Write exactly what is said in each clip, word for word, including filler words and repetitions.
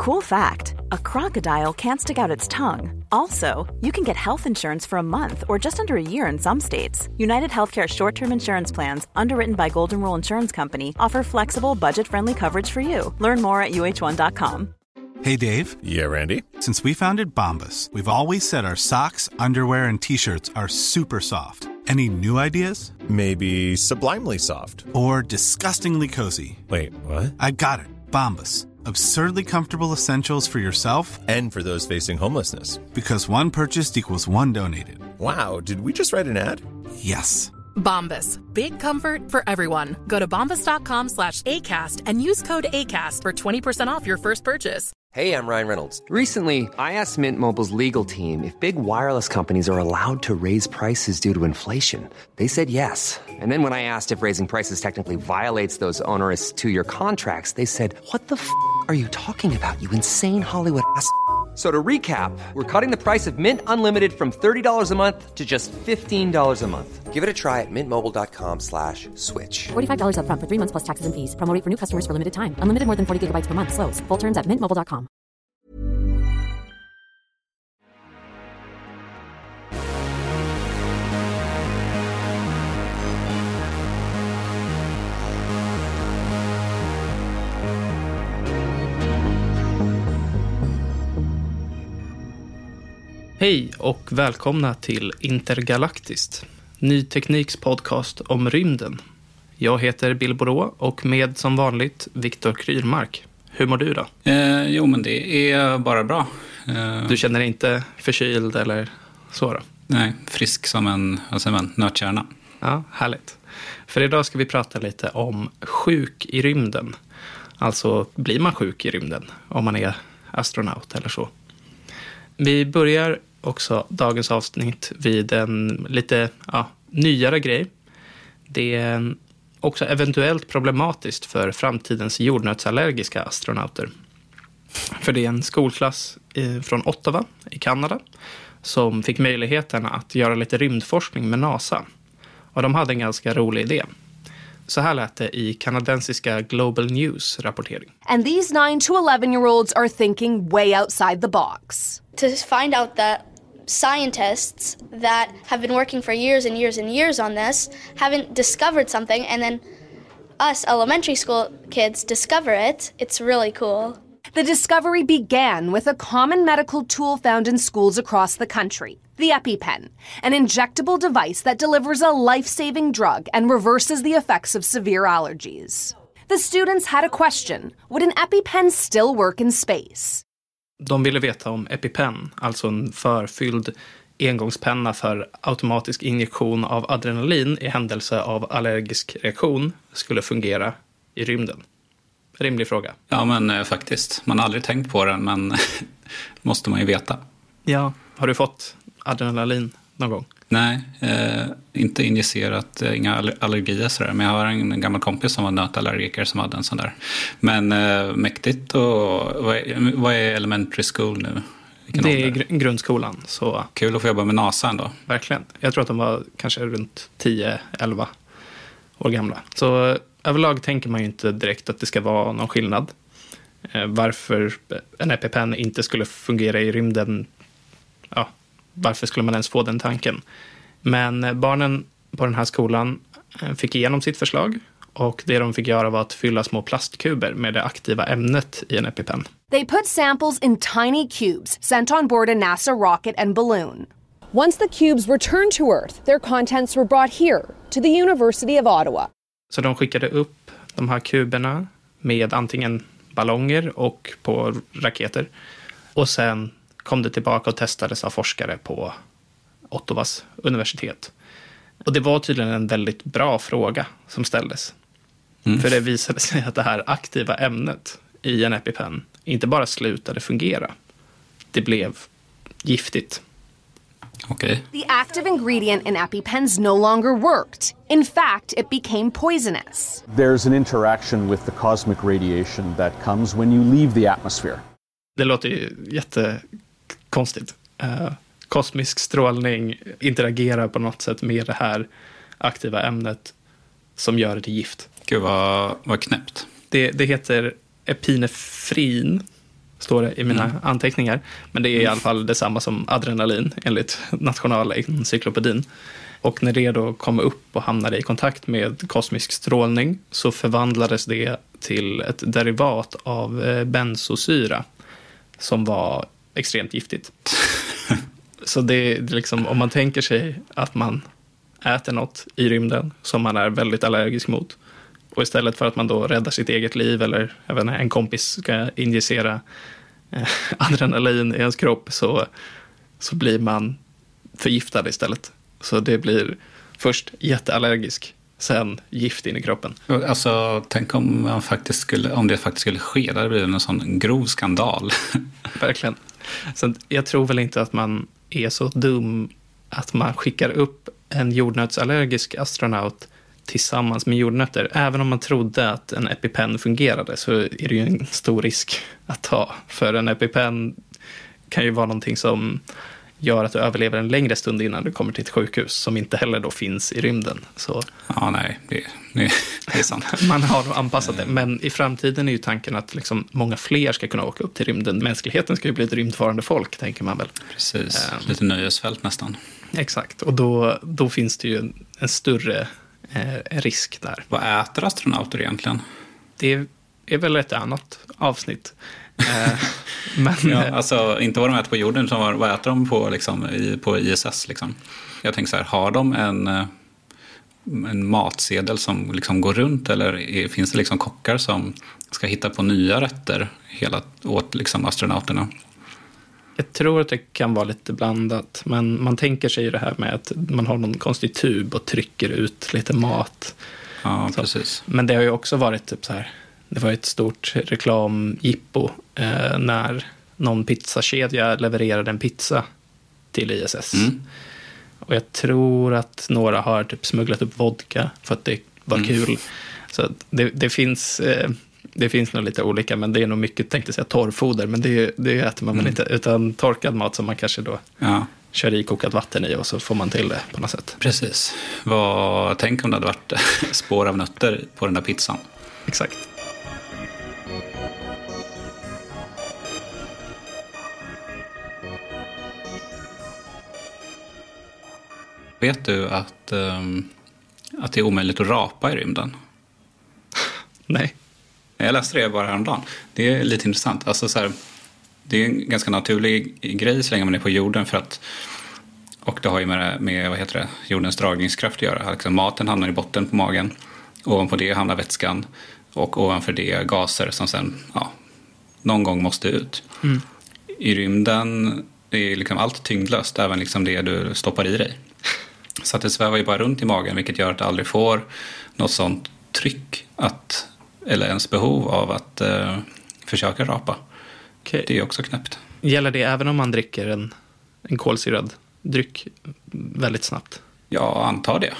Cool fact, a crocodile can't stick out its tongue. Also, you can get health insurance for a month or just under a year in some states. United Healthcare short-term insurance plans, underwritten by Golden Rule Insurance Company, offer flexible, budget-friendly coverage for you. Learn more at U H one dot com. Hey, Dave. Yeah, Randy. Since we founded Bombas, we've always said our socks, underwear, and T-shirts are super soft. Any new ideas? Maybe sublimely soft. Or disgustingly cozy. Wait, what? I got it. Bombas. Absurdly comfortable essentials for yourself and for those facing homelessness. Because one purchased equals one donated. Wow, did we just write an ad? Yes. Bombas. Big comfort for everyone. Go to bombas.com slash ACAST and use code ACAST for twenty percent off your first purchase. Hey, I'm Ryan Reynolds. Recently, I asked Mint Mobile's legal team if big wireless companies are allowed to raise prices due to inflation. They said yes. And then when I asked if raising prices technically violates those onerous two-year contracts, they said, what the f*** are you talking about, you insane Hollywood ass f- So to recap, we're cutting the price of Mint Unlimited from thirty dollars a month to just fifteen dollars a month. Give it a try at mintmobile.com slash switch. forty-five dollars up front for three months plus taxes and fees. Promo rate for new customers for limited time. Unlimited more than forty gigabytes per month. Slows full terms at mint mobile dot com. Hej och välkomna till Intergalaktiskt, Ny Tekniks podcast om rymden. Jag heter Bill Borå och med som vanligt Viktor Kryrmark. Hur mår du då? Eh, jo, men det är bara bra. Eh, du känner dig inte förkyld eller så då? Nej, frisk som en, vad säger man, nötkärna. Ja, härligt. För idag ska vi prata lite om sjuk i rymden. Alltså, blir man sjuk i rymden om man är astronaut eller så? Vi börjar också dagens avsnitt vid en lite ja, nyare grej. Det är också eventuellt problematiskt för framtidens jordnötsallergiska astronauter. För det är en skolklass från Ottawa i Kanada som fick möjligheten att göra lite rymdforskning med NASA. Och de hade en ganska rolig idé. Så här lät det i kanadensiska Global News rapportering. And these nine to eleven year olds are thinking way outside the box. To find out that scientists that have been working for years and years and years on this haven't discovered something, and then us elementary school kids discover it, it's really cool. The discovery began with a common medical tool found in schools across the country, the EpiPen, an injectable device that delivers a life-saving drug and reverses the effects of severe allergies. The students had a question: would an EpiPen still work in space? De ville veta om EpiPen, alltså en förfylld engångspenna för automatisk injektion av adrenalin i händelse av allergisk reaktion, skulle fungera i rymden. Rimlig fråga. Ja, men eh, faktiskt. Man har aldrig tänkt på den, men måste man ju veta. Ja, har du fått adrenalin någon gång? Nej, eh, inte injicerat, eh, inga allergier sådär. Men jag har en gammal kompis som var nötallergiker som hade en sån där. Men eh, mäktigt. Och vad är, vad är elementary school nu? Vilken det är ålder? gr- grundskolan. Så kul att få jobba med NASA ändå. Verkligen. Jag tror att de var kanske runt tio elva år gamla. Så överlag tänker man ju inte direkt att det ska vara någon skillnad. Eh, varför en EpiPen inte skulle fungera i rymden, ja, varför skulle man ens få den tanken? Men barnen på den här skolan fick igenom sitt förslag, och det de fick göra var att fylla små plastkuber med det aktiva ämnet i en EpiPen. They put samples in tiny cubes sent on board a NASA rocket and balloon. Once the cubes returned to Earth, their contents were brought here to the University of Ottawa. Så de skickade upp de här kuberna med antingen ballonger och på raketer. Och sen kom det tillbaka och testades av forskare på Ottawas universitet. Och det var tydligen en väldigt bra fråga som ställdes. Mm. För det visade sig att det här aktiva ämnet i en EpiPen inte bara slutade fungera. Det blev giftigt. Okay. The active ingredient in EpiPens no longer worked. In fact, it became poisonous. There's an interaction with the cosmic radiation that comes when you leave the atmosphere. Det låter ju jättekonstigt. Uh, kosmisk strålning interagerar på något sätt med det här aktiva ämnet som gör det gift. Gud, vad, vad knäppt. Det, det heter epinefrin, står det i mina Mm. anteckningar. Men det är i alla fall detsamma som adrenalin enligt Nationalencyklopedin. Och när det då kom upp och hamnade i kontakt med kosmisk strålning så förvandlades det till ett derivat av eh, benzosyra som var extremt giftigt. Så det, det liksom, om man tänker sig att man äter något i rymden som man är väldigt allergisk mot och istället för att man då räddar sitt eget liv eller jag vet inte, en kompis ska injicera eh, adrenalin i ens kropp så, så blir man förgiftad istället. Så det blir först jätteallergisk, sen gift in i kroppen. Alltså, tänk om, man faktiskt skulle, om det faktiskt skulle ske, där blir det en sån grov skandal. Verkligen. Så jag tror väl inte att man är så dum att man skickar upp en jordnötsallergisk astronaut tillsammans med jordnötter. Även om man trodde att en EpiPen fungerade så är det ju en stor risk att ta. För en EpiPen kan ju vara någonting som gör att du överlever en längre stund innan du kommer till ett sjukhus som inte heller då finns i rymden. Så ja, nej, det, det, det är sant. Man har anpassat det, men i framtiden är ju tanken att liksom många fler ska kunna åka upp till rymden. Mänskligheten ska ju bli ett rymdfarande folk, tänker man väl. Precis, um, lite nöjesfält nästan. Exakt, och då, då finns det ju en, en större eh, risk där. Vad äter astronauter egentligen? Det är väl ett annat avsnitt. Eh, men, ja, alltså inte vad de äter på jorden, utan vad, vad äter de på, liksom, i, på I S S liksom. Jag tänker så här, har de en, en matsedel som liksom går runt eller är, finns det liksom kockar som ska hitta på nya rätter hela, åt liksom astronauterna? Jag tror att det kan vara lite blandat, men man tänker sig det här med att man har någon konstig tub och trycker ut lite mat. Ja, så. Precis. Men det har ju också varit typ så här. Det var ett stort reklamjippo eh, när någon pizzakedja levererade en pizza till I S S. Mm. Och jag tror att några har typ smugglat upp vodka för att det var mm. kul. Så det, det finns eh, det finns nog lite olika, men det är nog mycket, tänkte säga torrfoder, men det, det äter man mm. väl inte, utan torkad mat som man kanske då ja. kör i kokat vatten i och så får man till det på något sätt. Precis. Vad, tänk om det hade varit spår av nötter på den där pizzan. Exakt. Vet du att, um, att det är omöjligt att rapa i rymden? Nej. Jag läste det bara häromdagen. Det är lite intressant. Alltså så här, det är en ganska naturlig grej så länge man är på jorden. För att, och det har ju med, med vad heter det, jordens dragningskraft att göra. Alltså, maten hamnar i botten på magen. Ovanpå det hamnar vätskan. Och ovanför det gaser som sen ja, någon gång måste ut. Mm. I rymden är liksom allt tyngdlöst. Även liksom det du stoppar i dig. Så att det svävar ju bara runt i magen, vilket gör att det aldrig får något sånt tryck att, eller ens behov av att eh, försöka rapa. Okay. Det är också knäppt. Gäller det även om man dricker en, en kolsyrad dryck väldigt snabbt? Ja, antar det.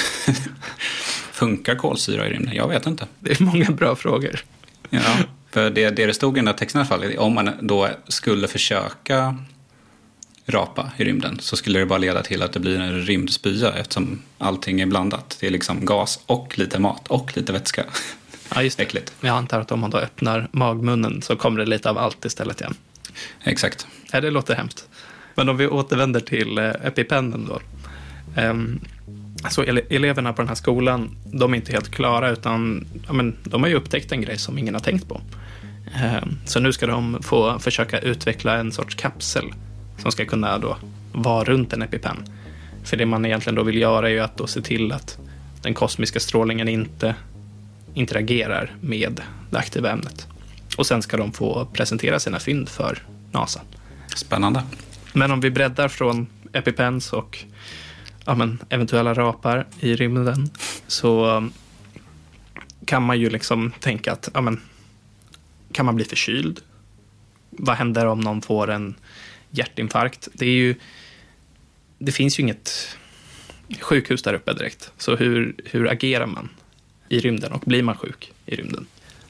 Funkar kolsyra i rymden? Jag vet inte. Det är många bra frågor. Ja, för det, det, det stod i den här texten i alla fall, om man då skulle försöka rapa i rymden så skulle det bara leda till att det blir en rymdspya eftersom allting är blandat. Det är liksom gas och lite mat och lite vätska. Ja, just det. Äckligt. Jag antar att om man då öppnar magmunnen så kommer det lite av allt istället igen. Exakt. Ja, det låter hemskt. Men om vi återvänder till eh, EpiPennen då. Um, så ele- eleverna på den här skolan, de är inte helt klara utan ja, men, de har ju upptäckt en grej som ingen har tänkt på. Um, så nu ska de få försöka utveckla en sorts kapsel som ska kunna då vara runt en EpiPen. För det man egentligen då vill göra är ju att då se till att den kosmiska strålningen inte interagerar med det aktiva ämnet. Och sen ska de få presentera sina fynd för NASA. Spännande. Men om vi breddar från EpiPens och ja, men, eventuella rapar i rymden så kan man ju liksom tänka att ja, men, kan man bli förkyld? Vad händer om någon får en hjärtinfarkt? Det är ju det finns ju inget sjukhus där uppe direkt. Så hur, hur agerar man i rymden och blir man sjuk i rymden?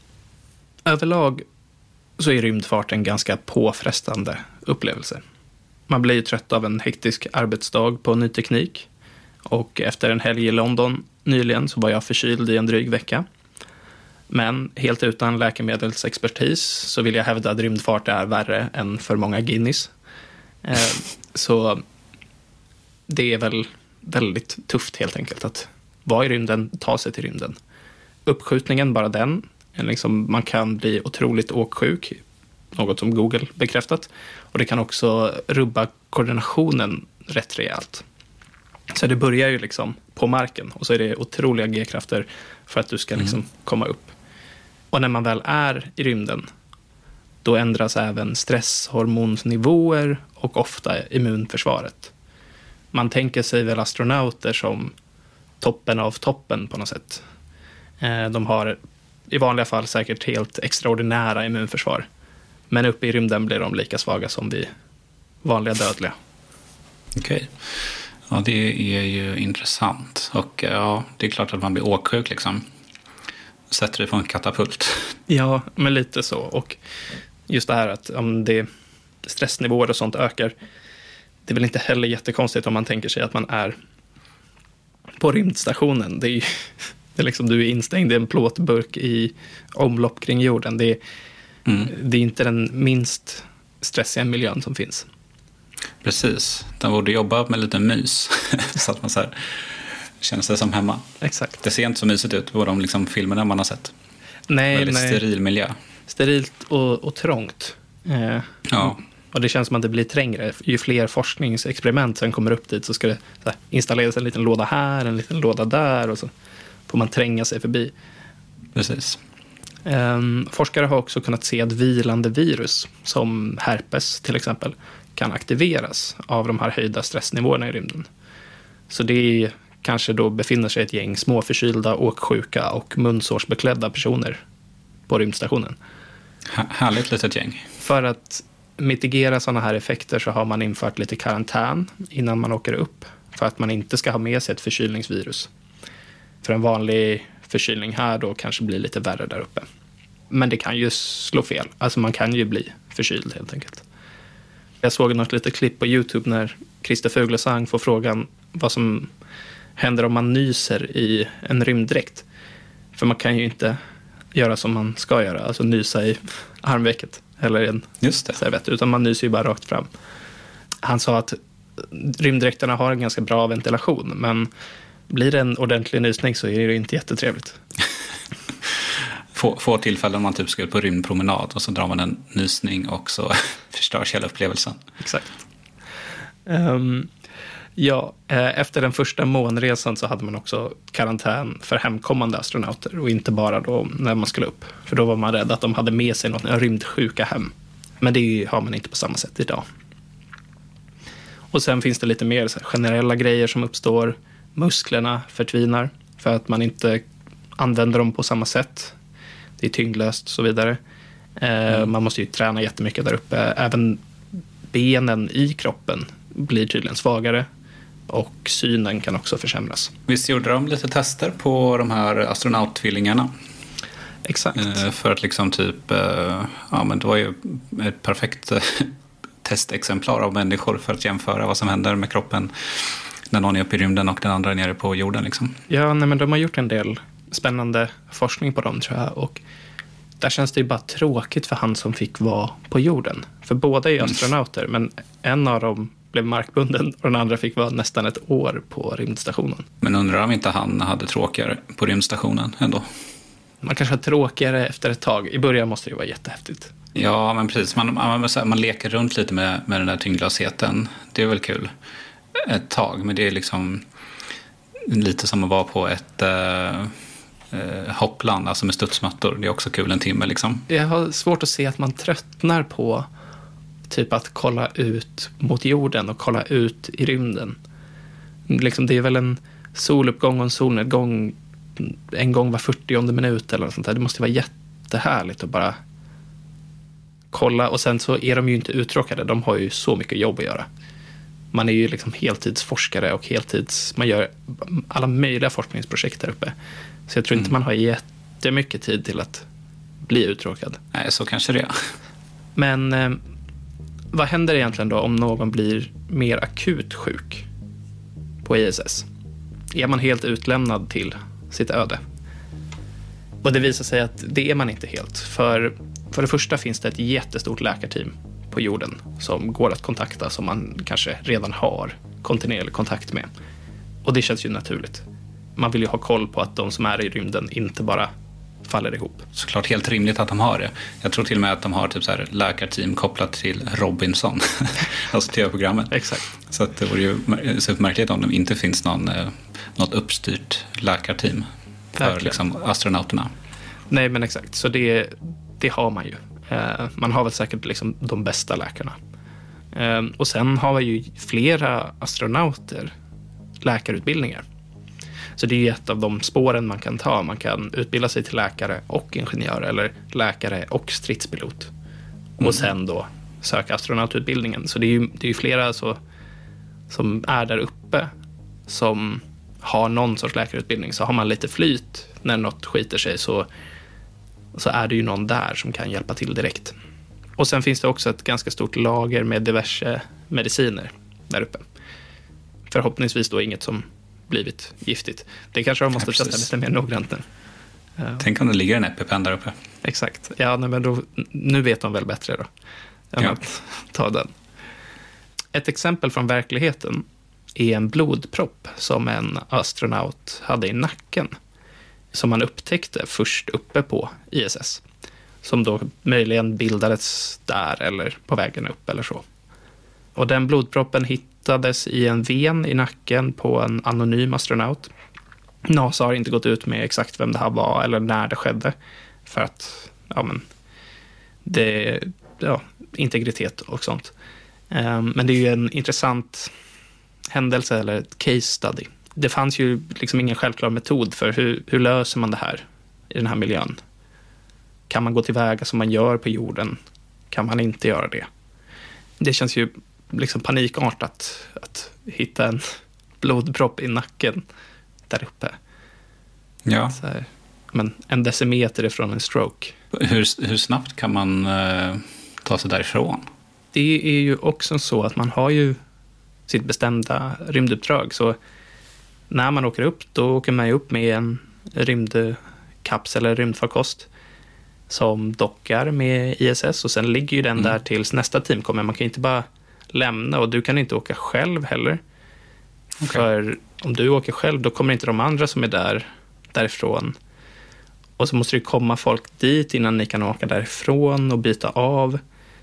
Överlag så är rymdfart en ganska påfrestande upplevelse. Man blir ju trött av en hektisk arbetsdag på ny teknik. Och efter en helg i London nyligen så var jag förkyld i en dryg vecka. Men helt utan läkemedelsexpertis så vill jag hävda att rymdfart är värre än för många Guinness. Eh, så det är väl väldigt tufft helt enkelt att vara i rymden, ta sig till rymden. Uppskjutningen, bara den, liksom, man kan bli otroligt åksjuk, något som Google bekräftat. Och det kan också rubba koordinationen rätt rejält. Så det börjar ju liksom på marken och så är det otroliga G-krafter för att du ska liksom mm. komma upp. Och när man väl är i rymden, då ändras även stresshormonsnivåer och ofta immunförsvaret. Man tänker sig väl astronauter som toppen av toppen på något sätt. De har i vanliga fall säkert helt extraordinära immunförsvar. Men uppe i rymden blir de lika svaga som vi vanliga dödliga. Okej. Okay. Ja, det är ju intressant. Och ja, det är klart att man blir åksjuk liksom. Sätter dig på en katapult. Ja, men lite så. Och just det här att om det stressnivåer och sånt ökar, det är väl inte heller jättekonstigt om man tänker sig att man är på rymdstationen. Det är ju det är liksom, du är instängd i en plåtburk i omlopp kring jorden. Det är, mm. det är inte den minst stressiga miljön som finns. Precis. Den borde jobba med lite mys. Så att man så här känner sig som hemma. Exakt. Det ser inte så mysigt ut på de liksom filmerna man har sett. Nej, väldigt nej. steril miljö. Sterilt och, och trångt. Eh, ja. Och det känns som att det blir trängre. Ju fler forskningsexperiment som kommer upp dit så ska det så här, installeras en liten låda här, en liten låda där och så får man tränga sig förbi. Precis. Um, forskare har också kunnat se att vilande virus som herpes till exempel kan aktiveras av de här höjda stressnivåerna i rymden. Så det är, kanske då befinner sig ett gäng småförkylda, åksjuka och munsårsbeklädda personer på rymdstationen. H- härligt litet gäng. För att mitigera sådana här effekter så har man infört lite karantän innan man åker upp. För att man inte ska ha med sig ett förkylningsvirus. För en vanlig förkylning här då kanske blir lite värre där uppe. Men det kan ju slå fel. Alltså man kan ju bli förkyld helt enkelt. Jag såg något litet klipp på YouTube när Christer Fuglesang får frågan vad som händer om man nyser i en rymddräkt. För man kan ju inte göra som man ska göra. Alltså nysa i armvecket eller en Just det. servett. Utan man nyser ju bara rakt fram. Han sa att rymddräkterna har en ganska bra ventilation. Men blir det en ordentlig nysning så är det inte jättetrevligt. Få, få tillfällen man typ ska ut på rymdpromenad och så drar man en nysning och så förstörs hela upplevelsen. Exakt. Um, ja, efter den första månresan så hade man också karantän för hemkommande astronauter och inte bara då när man skulle upp. För då var man rädd att de hade med sig något, en rymdsjuka hem. Men det har man inte på samma sätt idag. Och sen finns det lite mer så här generella grejer som uppstår. Musklerna förtvinar för att man inte använder dem på samma sätt. Det är tyngdlöst och så vidare. Mm. Man måste ju träna jättemycket där uppe. Även benen i kroppen blir tydligen svagare. Och synen kan också försämras. Visst gjorde de lite tester på de här astronautvillingarna? Exakt. För att liksom typ, ja men det var ju ett perfekt testexemplar av människor för att jämföra vad som händer med kroppen när någon är uppe i rymden och den andra är nere på jorden liksom. Ja, nej, men de har gjort en del spännande forskning på dem tror jag. Och där känns det ju bara tråkigt för han som fick vara på jorden. För båda är astronauter, mm. men en av dem blev markbunden och den andra fick vara nästan ett år på rymdstationen. Men undrar om inte han hade tråkigare på rymdstationen ändå? Man kanske har tråkigare efter ett tag. I början måste det vara jättehäftigt. Ja, men precis. Man, man, man leker runt lite med, med den där tyngdlösheten. Det är väl kul ett tag, men det är liksom lite som att vara på ett eh, hoppland, alltså med studsmattor. Det är också kul en timme liksom. Jag har svårt att se att man tröttnar på typ att kolla ut mot jorden och kolla ut i rymden. Liksom, det är väl en soluppgång och en solnedgång en gång var fyrtionde minut eller något sånt där. Det måste vara jättehärligt att bara kolla. Och sen så är de ju inte uttråkade. De har ju så mycket jobb att göra. Man är ju liksom heltidsforskare och heltids... Man gör alla möjliga forskningsprojekt där uppe. Så jag tror inte mm. man har jättemycket tid till att bli uttråkad. Nej, så kanske det är. Men eh, vad händer egentligen då om någon blir mer akut sjuk på I S S? Är man helt utlämnad till sitt öde? Och det visar sig att det är man inte helt. För, för det första finns det ett jättestort läkarteam på jorden som går att kontakta, som man kanske redan har kontinuerlig kontakt med. Och det känns ju naturligt. Man vill ju ha koll på att de som är i rymden inte bara faller ihop. Såklart helt rimligt att de har det. Jag tror till och med att de har typ så här läkarteam kopplat till Robinson, alltså tv-programmet. Exakt. Så att det vore ju supermärkligt om det inte finns någon, något uppstyrt läkarteam för liksom astronauterna. Nej, men exakt. Så det, det har man ju. Man har väl säkert liksom de bästa läkarna. Och sen har vi ju flera astronauter läkarutbildningar. Så det är ju ett av de spåren man kan ta. Man kan utbilda sig till läkare och ingenjör, eller läkare och stridspilot. Mm. Och sen då söka astronaututbildningen. Så det är ju, det är ju flera så, som är där uppe som har någon sorts läkarutbildning. Så har man lite flyt när något skiter sig, så, så är det ju någon där som kan hjälpa till direkt. Och sen finns det också ett ganska stort lager med diverse mediciner där uppe. Förhoppningsvis då inget som blivit giftigt. Det kanske de måste ja, testa lite mer noggrant nu. Tänk om det ligger en EpiPen där uppe. Exakt. Ja, nej, men då, nu vet de väl bättre då. Än ja. Att ta den. Ett exempel från verkligheten är en blodpropp som en astronaut hade i nacken. Som man upptäckte först uppe på I S S. Som då möjligen bildades där eller på vägen upp eller så. Och den blodproppen hittades i en ven i nacken på en anonym astronaut. NASA har inte gått ut med exakt vem det här var eller när det skedde. För att, ja men, det, ja, integritet och sånt. Men det är ju en intressant händelse eller ett case study. Det fanns ju liksom ingen självklar metod för hur, hur löser man det här i den här miljön. Kan man gå tillväga som man gör på jorden? Kan man inte göra det? Det känns ju liksom panikartat att hitta en blodpropp i nacken där uppe. Ja. Så här, men en decimeter ifrån en stroke. Hur, hur snabbt kan man eh, ta sig därifrån? Det är ju också så att man har ju sitt bestämda rymduppdrag. Så när man åker upp, då åker man ju upp med en rymdkapsel eller rymdfarkost som dockar med I S S. Och sen ligger ju den mm. där tills nästa team kommer. Man kan ju inte bara lämna, och du kan inte åka själv heller. Okay. För om du åker själv, då kommer inte de andra som är där därifrån. Och så måste det komma folk dit innan ni kan åka därifrån och byta av.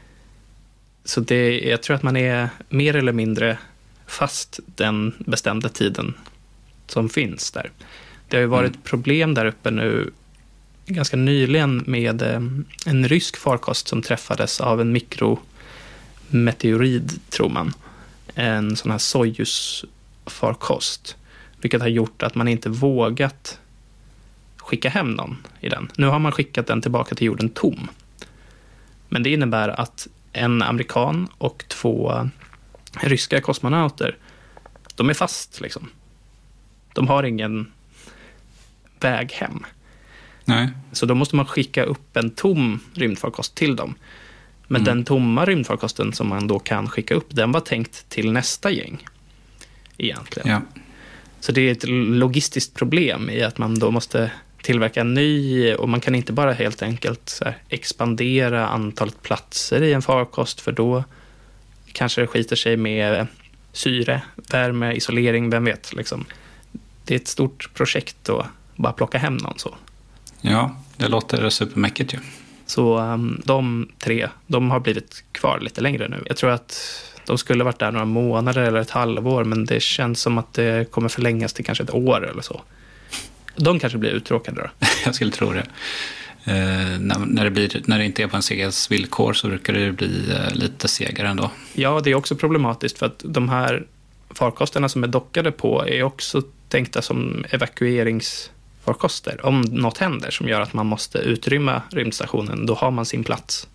Så det, jag tror att man är mer eller mindre fast den bestämda tiden som finns där. Det har ju varit mm. problem där uppe nu ganska nyligen med en rysk farkost som träffades av en mikrometeorid, tror man. En sån här Soyuz-farkost. Vilket har gjort att man inte vågat skicka hem någon i den. Nu har man skickat den tillbaka till jorden tom. Men det innebär att en amerikan och två ryska kosmonauter, de är fast liksom. De har ingen väg hem. Nej. Så då måste man skicka upp en tom rymdfarkost till dem. Men mm. den tomma rymdfarkosten som man då kan skicka upp, den var tänkt till nästa gäng egentligen. Ja. Så det är ett logistiskt problem i att man då måste tillverka en ny, och man kan inte bara helt enkelt så här expandera antalet platser i en farkost, för då kanske det skiter sig med syre, värme, isolering, vem vet liksom. Det är ett stort projekt då, bara plocka hem någon så. Ja, det låter supermäckigt ju. Så um, de tre, de har blivit kvar lite längre nu. Jag tror att de skulle varit där några månader eller ett halvår, men det känns som att det kommer förlängas till kanske ett år eller så. De kanske blir uttråkade då. Jag skulle tro det. Eh, när, när, det blir, när det inte är på en segas villkor så brukar det bli eh, lite segare ändå. Ja, det är också problematiskt för att de här farkosterna som är dockade på är också tänkta som evakueringsfarkoster. Om något händer som gör att man måste utrymma rymdstationen, då har man sin plats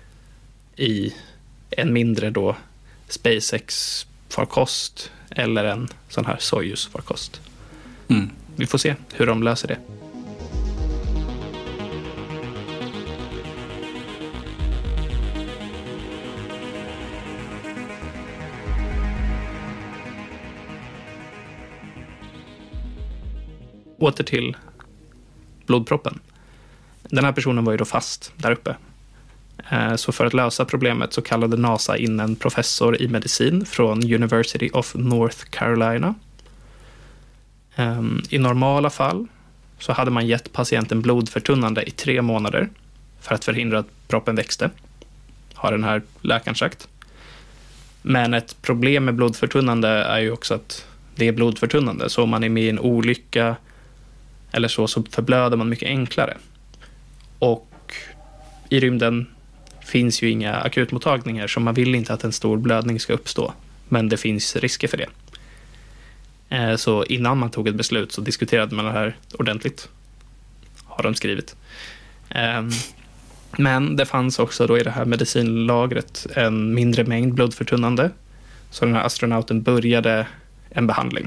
i en mindre då SpaceX-farkost eller en sån här Soyuz-farkost. Mm. Vi får se hur de löser det. Åter till blodproppen. Den här personen var ju då fast där uppe. Så för att lösa problemet så kallade NASA in en professor i medicin från University of North Carolina. I normala fall så hade man gett patienten blodförtunnande i tre månader för att förhindra att proppen växte, har den här läkaren sagt. Men ett problem med blodförtunnande är ju också att det är blodförtunnande. Så om man är med i en olycka eller så, så förblöder man mycket enklare. Och i rymden finns ju inga akutmottagningar, så man vill inte att en stor blödning ska uppstå. Men det finns risker för det. Så innan man tog ett beslut så diskuterade man det här ordentligt, har de skrivit. Men det fanns också då i det här medicinlagret en mindre mängd blodförtunnande. Så den här astronauten började en behandling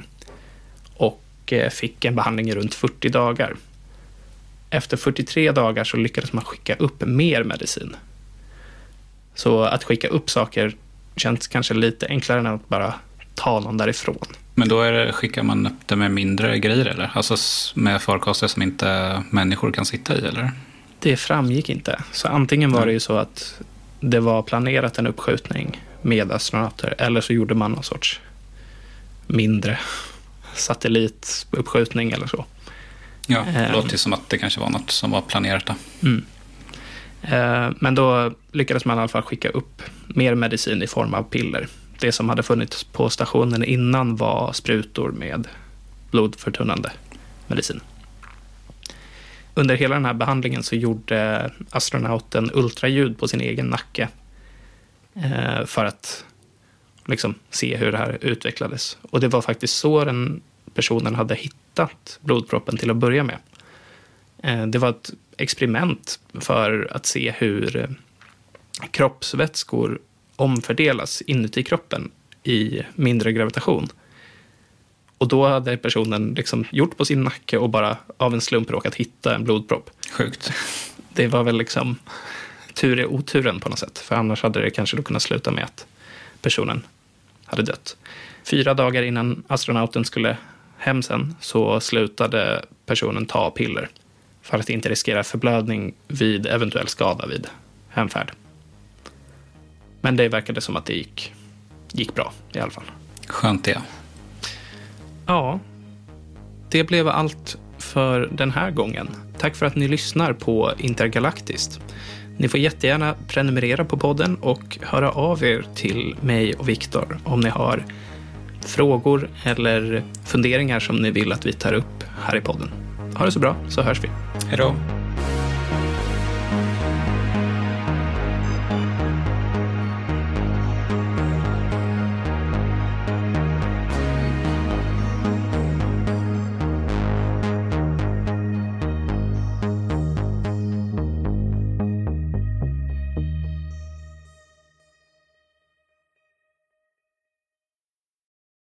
och fick en behandling i runt fyrtio dagar. Efter fyrtiotre dagar så lyckades man skicka upp mer medicin. Så att skicka upp saker känns kanske lite enklare än att bara ta någon därifrån. Men då är det, skickar man upp det med mindre grejer eller? Alltså med farkoster som inte människor kan sitta i eller? Det framgick inte. Så antingen var det ju så att det var planerat en uppskjutning med astronauter, eller så gjorde man någon sorts mindre satellituppskjutning eller så. Ja, det låter ju som att det kanske var något som var planerat då. Mm. Men då lyckades man i alla fall skicka upp mer medicin i form av piller. Det som hade funnits på stationen innan var sprutor med blodförtunnande medicin. Under hela den här behandlingen så gjorde astronauten ultraljud på sin egen nacke för att liksom se hur det här utvecklades. Och det var faktiskt så den personen hade hittat blodproppen till att börja med. Det var ett experiment för att se hur kroppsvätskor omfördelas inuti kroppen i mindre gravitation. Och då hade personen liksom gjort på sin nacke och bara av en slump råkat hitta en blodpropp. Sjukt. Det var väl liksom tur i oturen på något sätt. För annars hade det kanske då kunnat sluta med att personen hade dött. Fyra dagar innan astronauten skulle hem sen så slutade personen ta piller. För att inte riskera förblödning vid eventuell skada vid hemfärd. Men det verkade som att det gick, gick bra i alla fall. Skönt det. Ja, det blev allt för den här gången. Tack för att ni lyssnar på Intergalaktiskt. Ni får jättegärna prenumerera på podden och höra av er till mig och Viktor om ni har frågor eller funderingar som ni vill att vi tar upp här i podden. Ha det så bra, så hörs vi. Hej då.